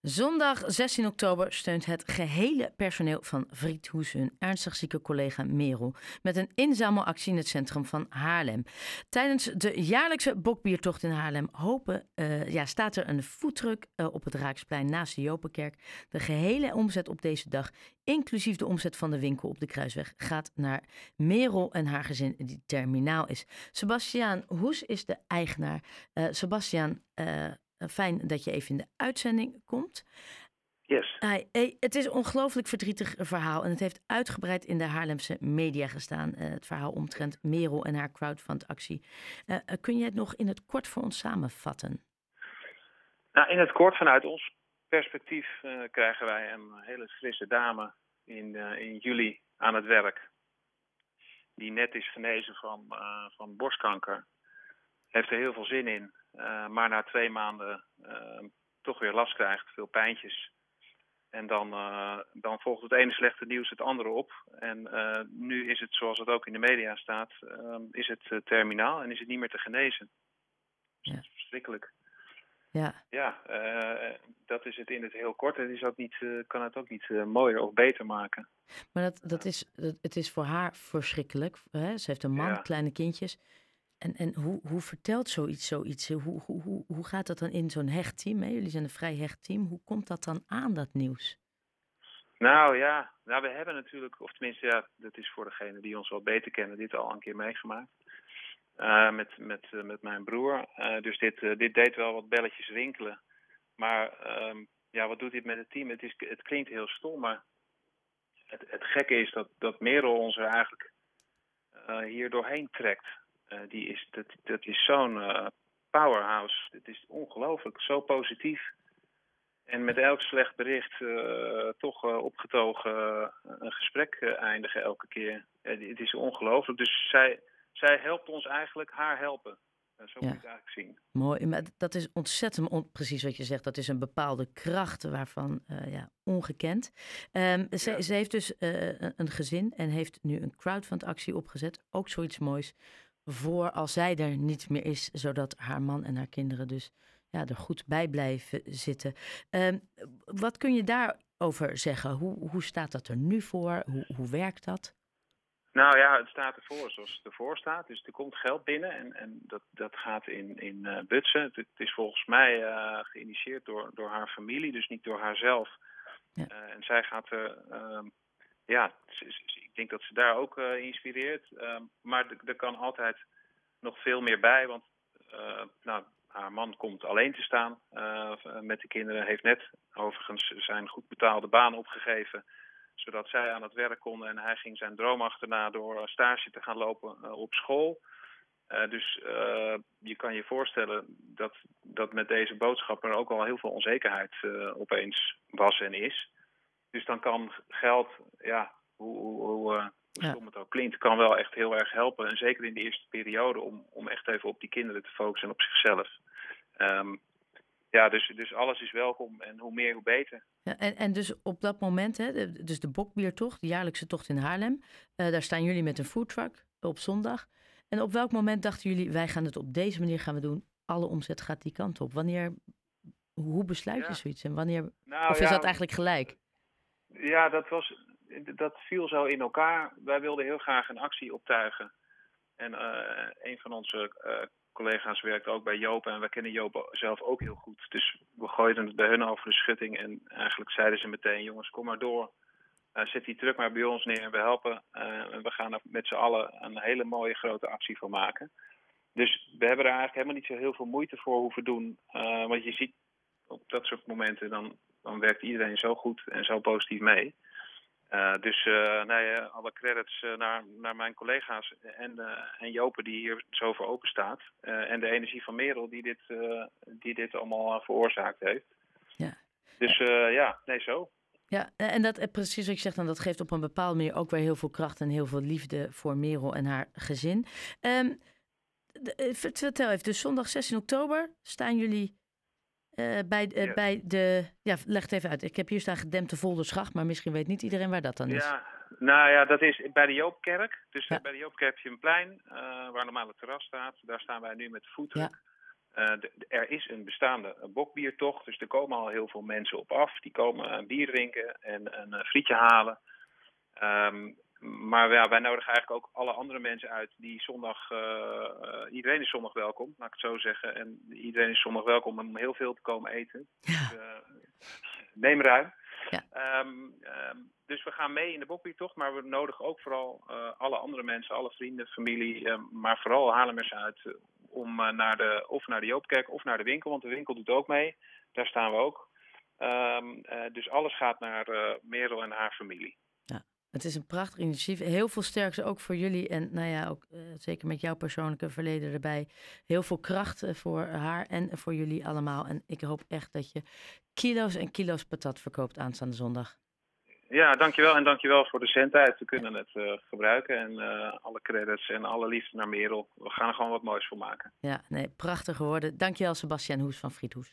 Zondag 16 oktober steunt het gehele personeel van Friedhoes hun ernstig zieke collega Merel met een inzamelactie in het centrum van Haarlem. Tijdens de jaarlijkse bokbiertocht in Haarlem staat er een foodtruck op het Raaksplein naast de Jopenkerk. De gehele omzet op deze dag, inclusief de omzet van de winkel op de Kruisweg, gaat naar Merel en haar gezin die terminaal is. Sebastiaan Hoes is de eigenaar. Sebastiaan, fijn dat je even in de uitzending komt. Yes. Het is een ongelooflijk verdrietig verhaal en het heeft uitgebreid in de Haarlemse media gestaan. Het verhaal omtrent Merel en haar crowdfundactie. Kun je het nog in het kort voor ons samenvatten? Nou, in het kort, vanuit ons perspectief krijgen wij een hele frisse dame in juli aan het werk. Die net is genezen van borstkanker. Heeft er heel veel zin in. Maar na 2 maanden toch weer last krijgt. Veel pijntjes. En dan volgt het ene slechte nieuws het andere op. En nu is het, zoals het ook in de media staat, is het terminaal en is het niet meer te genezen. Dus dat is verschrikkelijk. Ja, dat is het in het heel kort. Het is ook niet, kan het ook niet mooier of beter maken. Maar het is voor haar verschrikkelijk. Hè? Ze heeft een man, kleine kindjes. En hoe vertelt zoiets? Hoe gaat dat dan in zo'n hecht team? Hè? Jullie zijn een vrij hecht team. Hoe komt dat dan aan, dat nieuws? Nou ja, we hebben natuurlijk, of tenminste ja, dat is voor degenen die ons wat beter kennen, dit al een keer meegemaakt. Met mijn broer. Dus dit deed wel wat belletjes rinkelen. Maar wat doet dit met het team? Het klinkt heel stom, maar het gekke is dat Merel ons er eigenlijk hier doorheen trekt. Dat is zo'n powerhouse. Het is ongelooflijk, zo positief. En met elk slecht bericht toch opgetogen een gesprek eindigen elke keer. Het is ongelooflijk. Dus zij helpt ons eigenlijk haar helpen. Zo moet je het eigenlijk zien. Mooi, maar dat is ontzettend, precies wat je zegt, dat is een bepaalde kracht waarvan ongekend. Ze heeft dus een gezin en heeft nu een crowdfundactie opgezet. Ook zoiets moois voor als zij er niet meer is, zodat haar man en haar kinderen dus er goed bij blijven zitten. Wat kun je daarover zeggen? Hoe staat dat er nu voor? Hoe werkt dat? Nou ja, het staat ervoor zoals het ervoor staat. Dus er komt geld binnen en dat gaat in butsen. Het is volgens mij geïnitieerd door haar familie, dus niet door haarzelf. Ja. En zij gaat er... ik denk dat ze daar ook inspireert. Maar er kan altijd nog veel meer bij, want haar man komt alleen te staan met de kinderen. Heeft net overigens zijn goed betaalde baan opgegeven, zodat zij aan het werk kon en hij ging zijn droom achterna door stage te gaan lopen op school. Dus je kan je voorstellen dat met deze boodschap er ook al heel veel onzekerheid opeens was en is. Dus dan kan geld, hoe stom het ook klinkt, kan wel echt heel erg helpen. En zeker in de eerste periode om echt even op die kinderen te focussen en op zichzelf. Dus alles is welkom en hoe meer, hoe beter. Ja, en dus op dat moment, dus de bokbiertocht, de jaarlijkse tocht in Haarlem, daar staan jullie met een foodtruck op zondag. En op welk moment dachten jullie, wij gaan het op deze manier gaan we doen, alle omzet gaat die kant op? Hoe besluit je zoiets en wanneer, of is dat eigenlijk gelijk? Ja, dat viel zo in elkaar. Wij wilden heel graag een actie optuigen. En een van onze collega's werkt ook bij Joop en wij kennen Joop zelf ook heel goed. Dus we gooiden het bij hun over de schutting en eigenlijk zeiden ze meteen, jongens, kom maar door. Zet die truck maar bij ons neer en we helpen. En we gaan er met z'n allen een hele mooie grote actie van maken. Dus we hebben er eigenlijk helemaal niet zo heel veel moeite voor hoeven doen. Want je ziet op dat soort momenten, dan werkt iedereen zo goed en zo positief mee. Alle credits naar mijn collega's en Jopen die hier zo voor open staat. En de energie van Merel die dit allemaal veroorzaakt heeft. Ja. Dus zo. Ja, en dat precies wat je zegt, dan dat geeft op een bepaalde manier ook weer heel veel kracht en heel veel liefde voor Merel en haar gezin. Vertel even, dus zondag 16 oktober staan jullie bij de... Ja, leg het even uit. Ik heb hier staan gedempte Voldersgracht, maar misschien weet niet iedereen waar dat dan is. Ja, dat is bij de Joopkerk. Dus bij de Joopkerk heb je een plein waar normaal het terras staat. Daar staan wij nu met de foodtruck. Er is een bestaande bokbiertocht, dus er komen al heel veel mensen op af. Die komen bier drinken en een frietje halen. Maar ja, wij nodigen eigenlijk ook alle andere mensen uit die zondag... iedereen is zondag welkom, laat ik het zo zeggen. En iedereen is zondag welkom om heel veel te komen eten. Ja. Dus, neem ruim. Ja. Dus we gaan mee in de bokbiertocht, maar we nodigen ook vooral alle andere mensen, alle vrienden, familie, maar vooral Haarlemmers uit om naar de Joopkerk of naar de winkel, want de winkel doet ook mee. Daar staan we ook. Dus alles gaat naar Merel en haar familie. Ja, het is een prachtig initiatief. Heel veel sterkte ook voor jullie. En nou ja, ook zeker met jouw persoonlijke verleden erbij. Heel veel kracht voor haar en voor jullie allemaal. En ik hoop echt dat je kilo's en kilo's patat verkoopt aanstaande zondag. Ja, dankjewel. En dankjewel voor de zendtijd. We kunnen het gebruiken. En alle credits en alle liefde naar Merel. We gaan er gewoon wat moois voor maken. Ja, nee, prachtige woorden. Dankjewel, Sebastiaan Hoes van Friet Hoes.